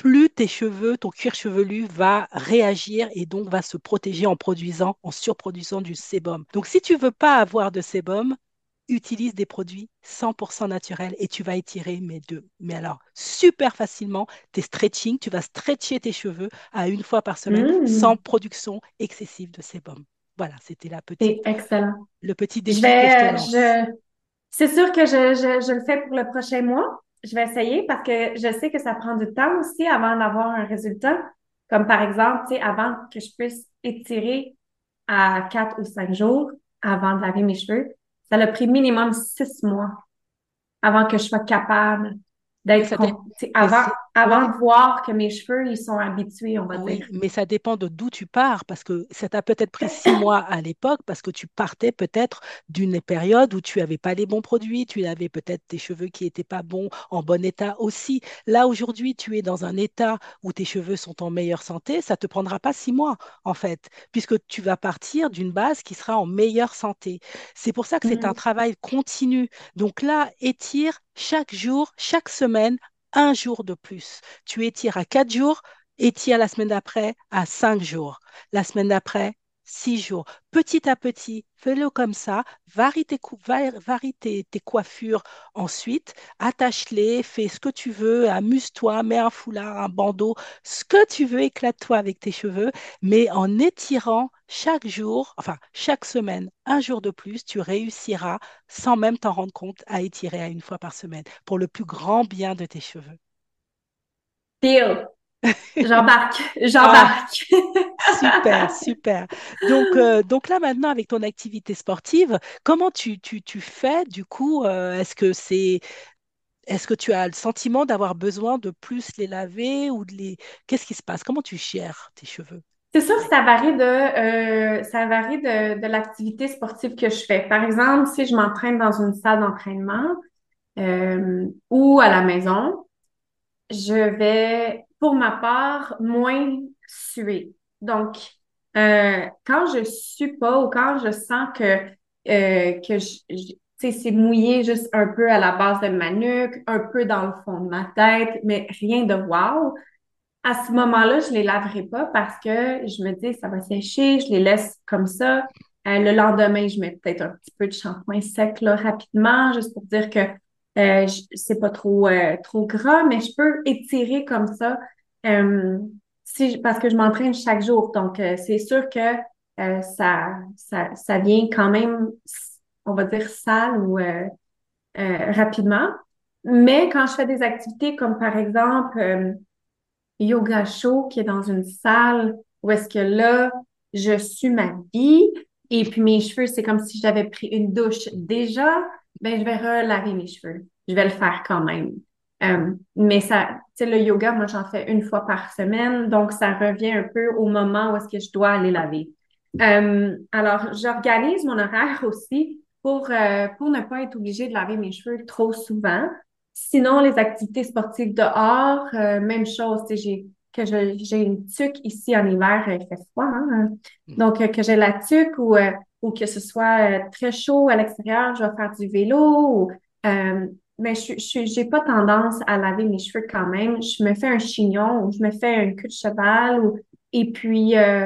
S1: plus tes cheveux, ton cuir chevelu va réagir et donc va se protéger en produisant, en surproduisant du sébum. Donc, si tu veux pas avoir de sébum, utilise des produits cent pour cent naturels et tu vas étirer mes deux. Mais alors, super facilement, tes stretching, tu vas stretcher tes cheveux à une fois par semaine sans
S2: Hmm,
S1: production excessive de sébum. Voilà, c'était la petite,
S2: c'est excellent.
S1: le petit
S2: Je
S1: défi que je te
S2: vais,
S1: lance.
S2: je, c'est sûr que je, je, je le fais pour le prochain mois. Je vais essayer parce que je sais que ça prend du temps aussi avant d'avoir un résultat. Comme par exemple, tu sais, avant que je puisse étirer à quatre ou cinq jours avant de laver mes cheveux, ça a pris minimum six mois avant que je sois capable
S1: Mais
S2: d'être,
S1: ça, dé-
S2: con- tu sais,
S1: mais
S2: avant,
S1: c'est,
S2: avant
S1: ouais,
S2: de voir que mes cheveux, ils sont habitués, on va dire.
S1: oui, mais ça dépend de d'où tu pars, parce que ça t'a peut-être pris six mois à l'époque, parce que tu partais peut-être d'une période où tu n'avais pas les bons produits, tu avais peut-être tes cheveux qui n'étaient pas bons, en bon état aussi. Là, aujourd'hui, tu es dans un état où tes cheveux sont en meilleure santé, ça ne te prendra pas six mois, en fait, puisque tu vas partir d'une base qui sera en meilleure santé. C'est pour ça que c'est un
S2: Mhm.
S1: travail continu. Donc là, étire chaque jour, chaque semaine, un jour de plus. Tu étires à quatre jours, étire la semaine d'après à cinq jours, la semaine d'après six jours. Petit à petit, fais-le comme ça, varie tes, cou- va- varie tes, tes coiffures ensuite, attache-les, fais ce que tu veux, amuse-toi, mets un foulard, un bandeau, ce que tu veux, éclate-toi avec tes cheveux, mais en étirant chaque jour, enfin chaque semaine, un jour de plus, tu réussiras sans même t'en rendre compte à étirer à une fois par semaine pour le plus grand bien de tes cheveux.
S2: Deal. J'embarque.
S1: Ah,
S2: J'embarque.
S1: super, super. Donc, euh, donc là maintenant avec ton activité sportive, comment tu, tu, tu fais du coup, euh, est-ce que c'est, est-ce que tu as le sentiment d'avoir besoin de plus les laver ou de les... Qu'est-ce qui se passe? Comment tu gères tes cheveux?
S2: C'est sûr que
S1: Ouais.
S2: ça varie de, euh, ça varie de, de l'activité sportive que je fais. Par exemple, si je m'entraîne dans une salle d'entraînement euh, ou à la maison, je vais, pour ma part, moins suer. Donc, euh, quand je sue pas ou quand je sens que, euh, que je, je- tu sais, c'est mouillé juste un peu à la base de ma nuque, un peu dans le fond de ma tête, mais rien de wow. À ce moment-là, je les laverai pas parce que je me dis ça va sécher, je les laisse comme ça. Euh, le lendemain, je mets peut-être un petit peu de shampoing sec là, rapidement, juste pour dire que euh, je- c'est pas trop euh, trop gras, mais je peux étirer comme ça euh, si, parce que je m'entraîne chaque jour. Donc, euh, c'est sûr que euh, ça, ça, ça vient quand même, on va dire, sale ou euh, euh, rapidement. Mais quand je fais des activités comme par exemple euh, yoga chaud qui est dans une salle où est-ce que là, je suis ma vie et puis mes cheveux, c'est comme si j'avais pris une douche déjà, ben je vais relaver mes cheveux. Je vais le faire quand même. Euh, mais ça, tu sais, le yoga, moi, j'en fais une fois par semaine, donc ça revient un peu au moment où est-ce que je dois aller laver. Euh, alors, j'organise mon horaire aussi pour, euh, pour ne pas être obligée de laver mes cheveux trop souvent. Sinon, les activités sportives dehors, euh, même chose, tu sais, j'ai que je- j'ai une tuque ici en hiver, euh, il fait froid, hein? Donc, euh, que j'ai la tuque ou, euh, ou que ce soit euh, très chaud à l'extérieur, je vais faire du vélo. Ou, euh, mais je, je, j'ai pas tendance à laver mes cheveux quand même. Je me fais un chignon ou je me fais une queue de cheval ou, et puis, euh,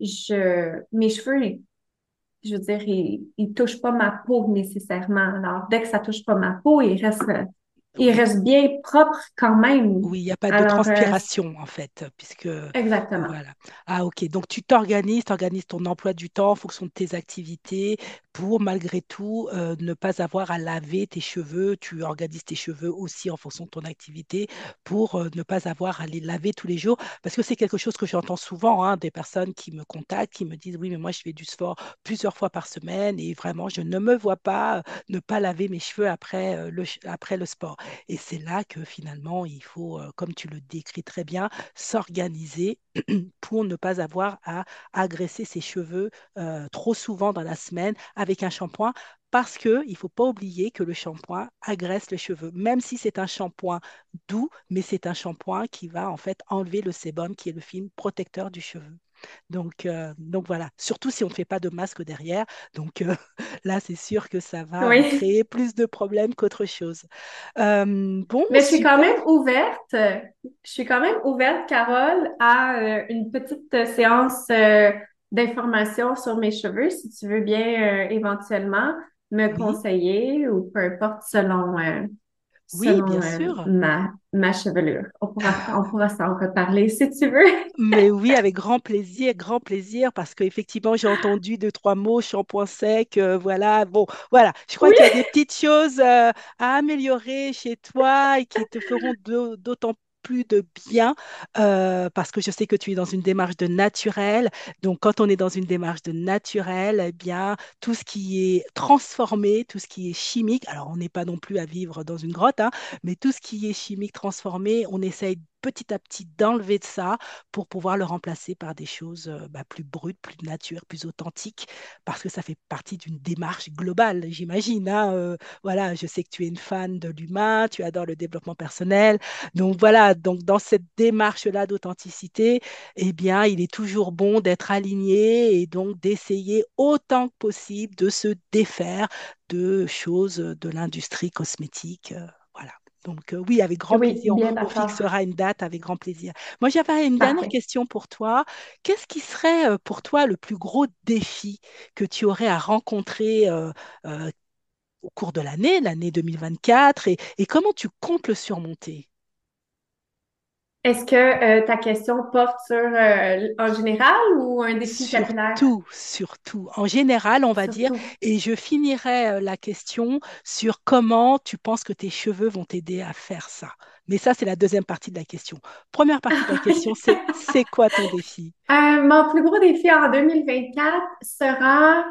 S2: je, mes cheveux, ils- je veux dire, ils, ils touchent pas ma peau nécessairement. Alors, dès que ça touche pas ma peau, ils restent, ils
S1: Oui.
S2: restent bien propres quand même.
S1: Oui, il n'y a pas de
S2: Alors, euh,
S1: transpiration en fait, puisque
S2: exactement.
S1: voilà. Ah ok, donc tu t'organises, tu organises ton emploi du temps en fonction de tes activités pour malgré tout euh, ne pas avoir à laver tes cheveux. Tu organises tes cheveux aussi en fonction de ton activité pour euh, ne pas avoir à les laver tous les jours. Parce que c'est quelque chose que j'entends souvent, hein, des personnes qui me contactent, qui me disent oui, mais moi je fais du sport plusieurs fois par semaine et vraiment je ne me vois pas euh, ne pas laver mes cheveux après, euh, le, ch- après le sport. Et c'est là que finalement, il faut, euh, comme tu le décris très bien, s'organiser pour ne pas avoir à agresser ses cheveux euh, trop souvent dans la semaine avec un shampoing. Parce qu'il ne faut pas oublier que le shampoing agresse les cheveux, même si c'est un shampoing doux, mais c'est un shampoing qui va en fait enlever le sébum, qui est le film protecteur du cheveu. Donc, euh, donc voilà, surtout si on ne fait pas de masque derrière. Donc euh, là, c'est sûr que ça va euh,
S2: Oui.
S1: créer plus de problèmes qu'autre chose. Euh, bon,
S2: Mais je suis quand
S1: super.
S2: même ouverte, je suis quand même ouverte, Carole, à euh, une petite euh, séance euh, d'information sur mes cheveux, si tu veux bien euh, éventuellement me
S1: Oui,
S2: conseiller ou peu importe selon, euh,
S1: oui,
S2: selon
S1: bien
S2: euh,
S1: sûr.
S2: ma, ma chevelure. On pourra, on pourra s'en reparler si tu veux.
S1: Mais oui, avec grand plaisir, grand plaisir, parce qu'effectivement, j'ai entendu deux, trois mots, shampoing sec, euh, voilà. Bon, voilà, je crois
S2: Oui,
S1: qu'il y a des petites choses euh, à améliorer chez toi et qui te feront d'au- d'autant plus de bien, euh, parce que je sais que tu es dans une démarche de naturel. Donc, quand on est dans une démarche de naturel, eh bien, tout ce qui est transformé, tout ce qui est chimique, alors on n'est pas non plus à vivre dans une grotte, hein, mais tout ce qui est chimique transformé, on essaye petit à petit d'enlever de ça pour pouvoir le remplacer par des choses euh, bah, plus brutes, plus de nature, plus authentiques, parce que ça fait partie d'une démarche globale, j'imagine, hein, euh, voilà, je sais que tu es une fan de l'humain, tu adores le développement personnel. Donc voilà, donc dans cette démarche-là d'authenticité, eh bien, il est toujours bon d'être aligné et donc d'essayer autant que possible de se défaire de choses de l'industrie cosmétique. euh, voilà. Donc euh, oui, avec grand
S2: oui,
S1: plaisir,
S2: bien
S1: on, on
S2: d'accord.
S1: fixera une date avec grand plaisir. Moi, j'avais une dernière
S2: Parfait.
S1: question pour toi. Qu'est-ce qui serait euh, pour toi le plus gros défi que tu aurais à rencontrer euh, euh, au cours de l'année, l'année deux mille vingt-quatre, et, et comment tu comptes le surmonter?
S2: Est-ce que euh, ta question porte sur euh, en général ou un défi capillaire?
S1: Surtout, surtout, en général, on va dire,
S2: Surtout.
S1: et je finirai euh, la question sur comment tu penses que tes cheveux vont t'aider à faire ça. Mais ça, c'est la deuxième partie de la question. Première partie de la question, c'est c'est quoi ton défi?
S2: Euh, mon plus gros défi en deux mille vingt-quatre sera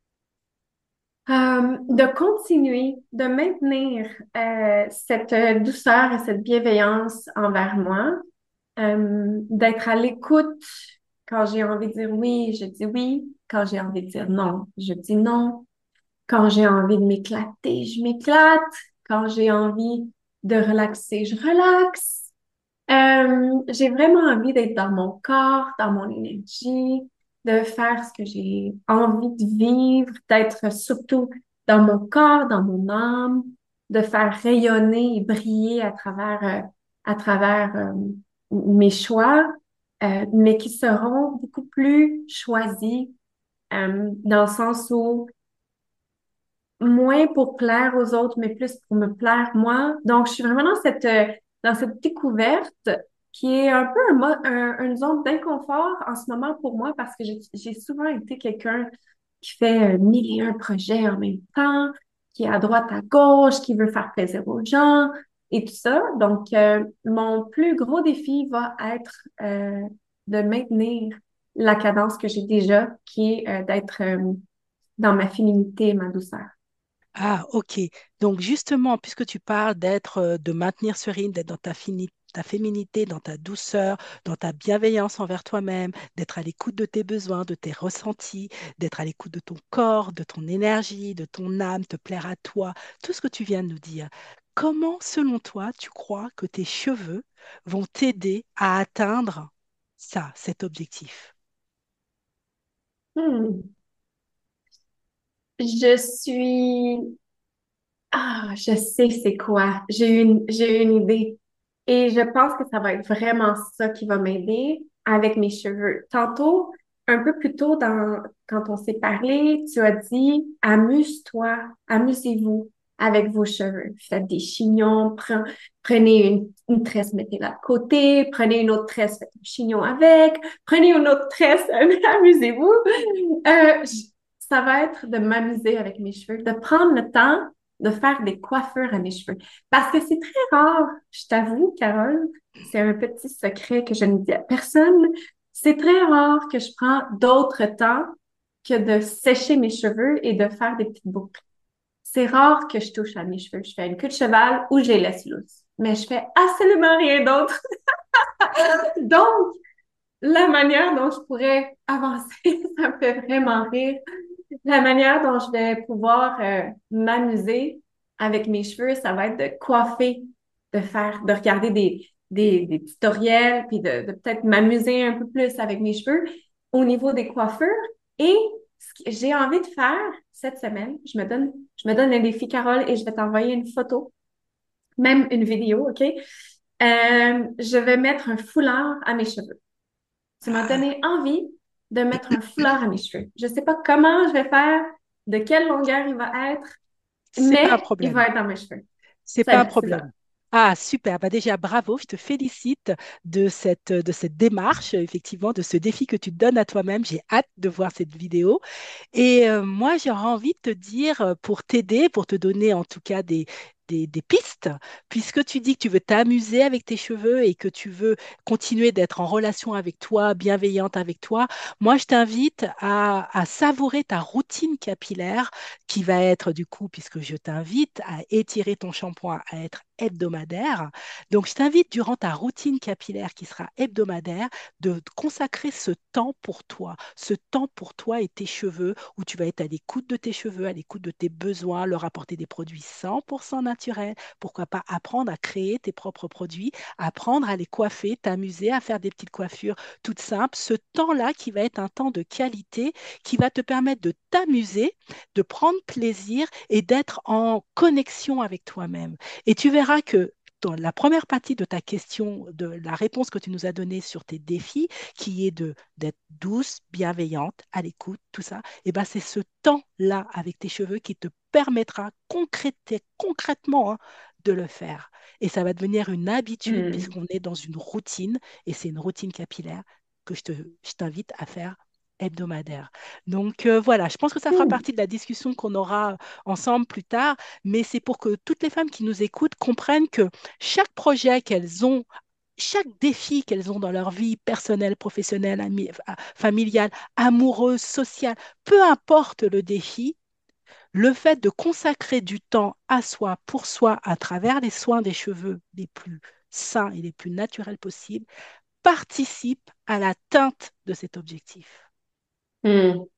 S2: euh, de continuer, de maintenir euh, cette euh, douceur et cette bienveillance envers moi, euh, d'être à l'écoute quand j'ai envie de dire oui, je dis oui, quand j'ai envie de dire non, je dis non, quand j'ai envie de m'éclater, je m'éclate, quand j'ai envie de relaxer, je relaxe. Euh, j'ai vraiment envie d'être dans mon corps, dans mon énergie, de faire ce que j'ai envie de vivre, d'être surtout dans mon corps, dans mon âme, de faire rayonner et briller à travers, euh, à travers euh, mes choix, euh, mais qui seront beaucoup plus choisis, euh, dans le sens où moins pour plaire aux autres, mais plus pour me plaire moi. Donc, je suis vraiment dans cette, euh, dans cette découverte qui est un peu un, mo- un- une zone d'inconfort en ce moment pour moi parce que j'ai j'ai souvent été quelqu'un qui fait euh, mille et un projets en même temps, qui est à droite, à gauche, qui veut faire plaisir aux gens et tout ça. Donc, euh, mon plus gros défi va être euh, de maintenir la cadence que j'ai déjà, qui est euh, d'être euh, dans ma féminité et ma douceur.
S1: Ah, ok. Donc justement, puisque tu parles d'être, euh, de maintenir ce rythme, d'être dans ta fini- ta féminité, dans ta douceur, dans ta bienveillance envers toi-même, d'être à l'écoute de tes besoins, de tes ressentis, d'être à l'écoute de ton corps, de ton énergie, de ton âme, te plaire à toi, tout ce que tu viens de nous dire. Comment, selon toi, tu crois que tes cheveux vont t'aider à atteindre ça, cet objectif?
S2: Hmm. Je suis... Ah, je sais c'est quoi. J'ai une, j'ai une idée. Et je pense que ça va être vraiment ça qui va m'aider avec mes cheveux. Tantôt, un peu plus tôt dans, quand on s'est parlé, tu as dit, amuse-toi, amusez-vous avec vos cheveux. Faites des chignons, pre- prenez une, une tresse, mettez-la de côté, prenez une autre tresse, faites un chignon avec, prenez une autre tresse, amusez-vous. Euh, j- ça va être de m'amuser avec mes cheveux, de prendre le temps de faire des coiffures à mes cheveux. Parce que c'est très rare, je t'avoue, Carole, c'est un petit secret que je ne dis à personne. C'est très rare que je prends d'autres temps que de sécher mes cheveux et de faire des petites boucles. C'est rare que je touche à mes cheveux. Je fais une queue de cheval ou je les laisse lousses. Mais je fais absolument rien d'autre. Donc, la manière dont je pourrais avancer, ça me fait vraiment rire. La manière dont je vais pouvoir euh, m'amuser avec mes cheveux, ça va être de coiffer, de faire, de regarder des, des, des tutoriels, puis de, de peut-être m'amuser un peu plus avec mes cheveux, au niveau des coiffures. Et ce que j'ai envie de faire cette semaine, je me donne, je me donne un défi, Carole, et je vais t'envoyer une photo, même une vidéo, OK? Euh, je vais mettre un foulard à mes cheveux. Tu m'as
S1: Ah,
S2: donné envie de mettre un foulard à mes cheveux. Je ne sais pas comment je vais faire, de quelle longueur il va être,
S1: c'est pas un
S2: mais il
S1: problème.
S2: va être dans mes cheveux.
S1: C'est pas un
S2: C'est c'est ça.
S1: problème. Ah, super. Bah déjà, bravo. Je te félicite de cette, de cette démarche, effectivement, de ce défi que tu te donnes à toi-même. J'ai hâte de voir cette vidéo. Et euh, moi, j'aurais envie de te dire, euh, pour t'aider, pour te donner en tout cas des, des, des pistes, puisque tu dis que tu veux t'amuser avec tes cheveux et que tu veux continuer d'être en relation avec toi, bienveillante avec toi, moi, je t'invite à, à savourer ta routine capillaire qui va être du coup, puisque je t'invite à étirer ton shampoing, à être hebdomadaire. Donc, je t'invite durant ta routine capillaire qui sera hebdomadaire de consacrer ce temps pour toi, ce temps pour toi et tes cheveux, où tu vas être à l'écoute de tes cheveux, à l'écoute de tes besoins, leur apporter des produits cent pour cent naturels. Pourquoi pas apprendre à créer tes propres produits, apprendre à les coiffer, t'amuser à faire des petites coiffures toutes simples. Ce temps-là qui va être un temps de qualité, qui va te permettre de t'amuser, de prendre plaisir et d'être en connexion avec toi-même. Et tu verras que dans la première partie de ta question, de la réponse que tu nous as donnée sur tes défis, qui est de d'être douce, bienveillante, à l'écoute, tout ça, et ben c'est ce temps-là avec tes cheveux qui te permettra concrété- concrètement hein, de le faire. Et ça va devenir une habitude
S2: Hmm.
S1: puisqu'on est dans une routine, et c'est une routine capillaire que je te, je t'invite à faire hebdomadaire. Donc euh, voilà, je pense que ça fera
S2: Hmm.
S1: partie de la discussion qu'on aura ensemble plus tard, mais c'est pour que toutes les femmes qui nous écoutent comprennent que chaque projet qu'elles ont, chaque défi qu'elles ont dans leur vie personnelle, professionnelle, ami- fa- familiale, amoureuse, sociale, peu importe le défi, le fait de consacrer du temps à soi, pour soi, à travers les soins des cheveux les plus sains et les plus naturels possibles, participe à l'atteinte de cet objectif.
S2: Hmm.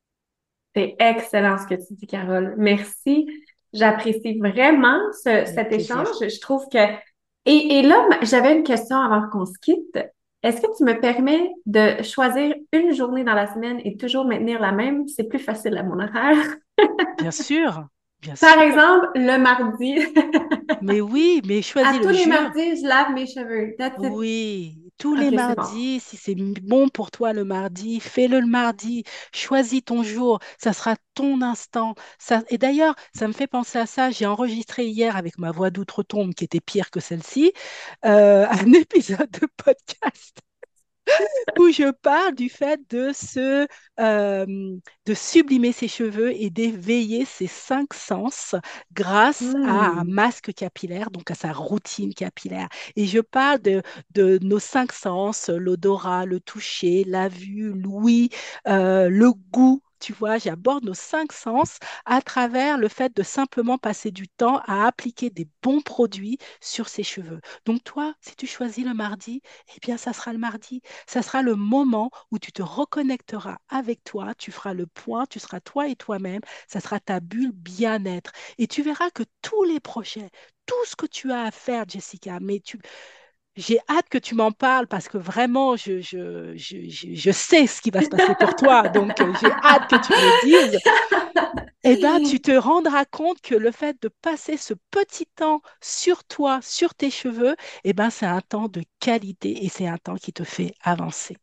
S2: C'est excellent ce que tu dis, Carole. Merci. J'apprécie vraiment ce-
S1: Avec
S2: cet échange.
S1: plaisir.
S2: Je trouve que... Et, et là, ma- j'avais une question avant qu'on se quitte. Est-ce que tu me permets de choisir une journée dans la semaine et toujours maintenir la même? C'est plus facile à mon horaire.
S1: Bien sûr, bien
S2: Par
S1: sûr.
S2: exemple, le mardi.
S1: Mais oui, mais
S2: À
S1: choisis
S2: tous
S1: le
S2: les
S1: jour.
S2: mardis, je lave mes cheveux. That's it.
S1: Oui, tous les
S2: OK, c'est bon.
S1: mardis, si c'est bon pour toi le mardi, fais-le le mardi, choisis ton jour, ça sera ton instant. Ça... Et d'ailleurs, ça me fait penser à ça, j'ai enregistré hier avec ma voix d'outre-tombe qui était pire que celle-ci, euh, un épisode de podcast où je parle du fait de se, euh, de sublimer ses cheveux et d'éveiller ses cinq sens grâce à un
S2: Hmm.
S1: masque capillaire, donc à sa routine capillaire. Et je parle de, de nos cinq sens, l'odorat, le toucher, la vue, l'ouïe, euh, le goût. Tu vois, j'aborde nos cinq sens à travers le fait de simplement passer du temps à appliquer des bons produits sur ses cheveux. Donc toi, si tu choisis le mardi, eh bien, ça sera le mardi. Ça sera le moment où tu te reconnecteras avec toi, tu feras le point, tu seras toi et toi-même, ça sera ta bulle bien-être. Et tu verras que tous les projets, tout ce que tu as à faire, Jessica, mais tu, j'ai hâte que tu m'en parles parce que vraiment, je, je, je, je, je sais ce qui va se passer pour toi. Donc, euh, j'ai hâte que tu me le dises. Eh bien, tu te rendras compte que le fait de passer ce petit temps sur toi, sur tes cheveux, eh ben, c'est un temps de qualité et c'est un temps qui te fait avancer.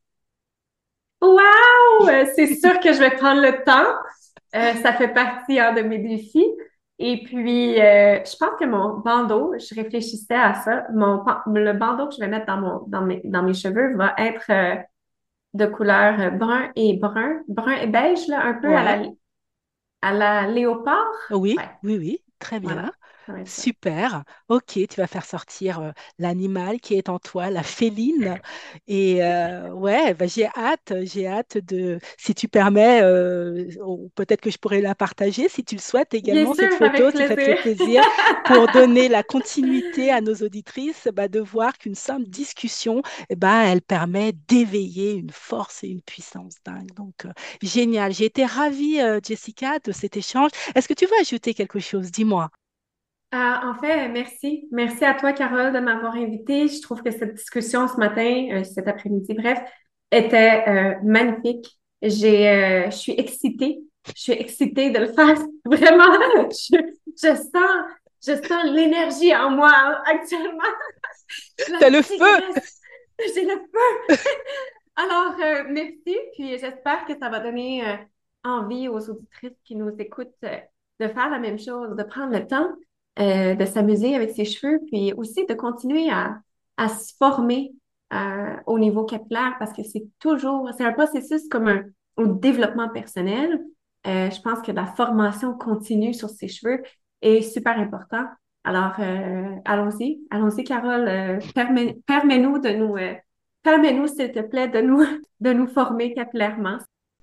S2: Wow! Euh, C'est sûr que je vais prendre le temps. Euh, ça fait partie hein, de mes défis. Et puis, euh, je pense que mon bandeau, je réfléchissais à ça, mon, pan- le bandeau que je vais mettre dans, mon, dans, mes, dans mes cheveux va être euh, de couleur euh, brun et brun, brun et beige, là, un peu à
S1: Ouais.
S2: la, à la léopard.
S1: Oui,
S2: Ouais,
S1: oui, oui, très bien.
S2: voilà, ça va être ça.
S1: Super. Ok, tu vas faire sortir euh, l'animal qui est en toi, la féline. Et euh, ouais, bah, j'ai hâte, j'ai hâte de, si tu permets, euh, ou peut-être que je pourrais la partager, si tu le souhaites
S2: Bien
S1: également, cette
S2: sûr,
S1: photo,
S2: avec
S1: si ça te fait
S2: plaisir.
S1: plaisir, pour donner la continuité à nos auditrices, bah, de voir qu'une simple discussion, eh ben, elle permet d'éveiller une force et une puissance dingue. Donc, euh, génial. J'ai été ravie, euh, Jessica, de cet échange. Est-ce que tu veux ajouter quelque chose? Dis-moi.
S2: Ah, en fait, merci. Merci à toi, Carole, de m'avoir invitée. Je trouve que cette discussion ce matin, euh, cet après-midi, bref, était euh, magnifique. J'ai, euh, je suis excitée. Je suis excitée de le faire. Vraiment, je, je sens, je sens l'énergie en moi actuellement. La
S1: T'as le feu!
S2: tigresse. J'ai le feu. Alors, euh, merci. Puis j'espère que ça va donner euh, envie aux auditrices qui nous écoutent euh, de faire la même chose, de prendre le temps euh, de s'amuser avec ses cheveux, puis aussi de continuer à, à se former euh, au niveau capillaire parce que c'est toujours, c'est un processus comme un, au développement personnel. Euh, je pense que la formation continue sur ses cheveux est super important. Alors, euh, allons-y, allons-y, Carole, euh, permets, permets-nous de nous, euh, permets-nous, s'il te plaît, de nous, de nous former capillairement.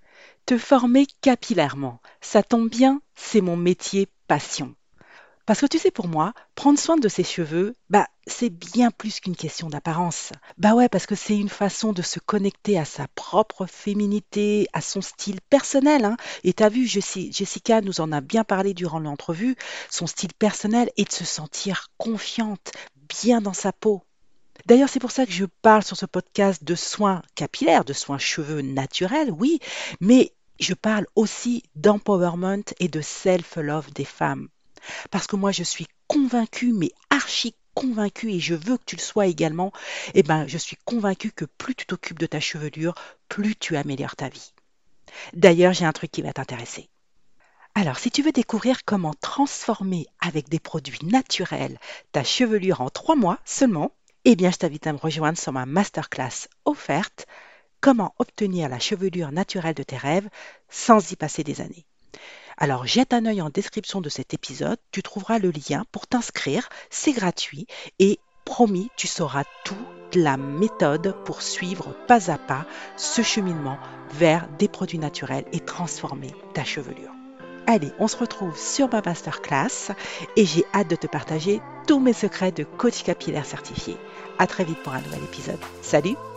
S1: Te former capillairement. Ça tombe bien, c'est mon métier passion. Parce que tu sais, pour moi, prendre soin de ses cheveux, bah, c'est bien plus qu'une question d'apparence. Bah ouais, parce que c'est une façon de se connecter à sa propre féminité, à son style personnel, hein. Et t'as vu, Jessi- Jessica nous en a bien parlé durant l'entrevue, son style personnel est de se sentir confiante, bien dans sa peau. D'ailleurs, c'est pour ça que je parle sur ce podcast de soins capillaires, de soins cheveux naturels, oui, mais je parle aussi d'empowerment et de self-love des femmes. Parce que moi, je suis convaincue, mais archi convaincue, et je veux que tu le sois également, eh ben, je suis convaincue que plus tu t'occupes de ta chevelure, plus tu améliores ta vie. D'ailleurs, j'ai un truc qui va t'intéresser. Alors, si tu veux découvrir comment transformer avec des produits naturels ta chevelure en trois mois seulement, eh bien, je t'invite à me rejoindre sur ma masterclass offerte Comment obtenir la chevelure naturelle de tes rêves sans y passer des années. Alors, jette un œil en description de cet épisode, tu trouveras le lien pour t'inscrire, c'est gratuit et promis, tu sauras tout de la méthode pour suivre pas à pas ce cheminement vers des produits naturels et transformer ta chevelure. Allez, on se retrouve sur ma masterclass et j'ai hâte de te partager tous mes secrets de coach capillaire certifié. À très vite pour un nouvel épisode. Salut!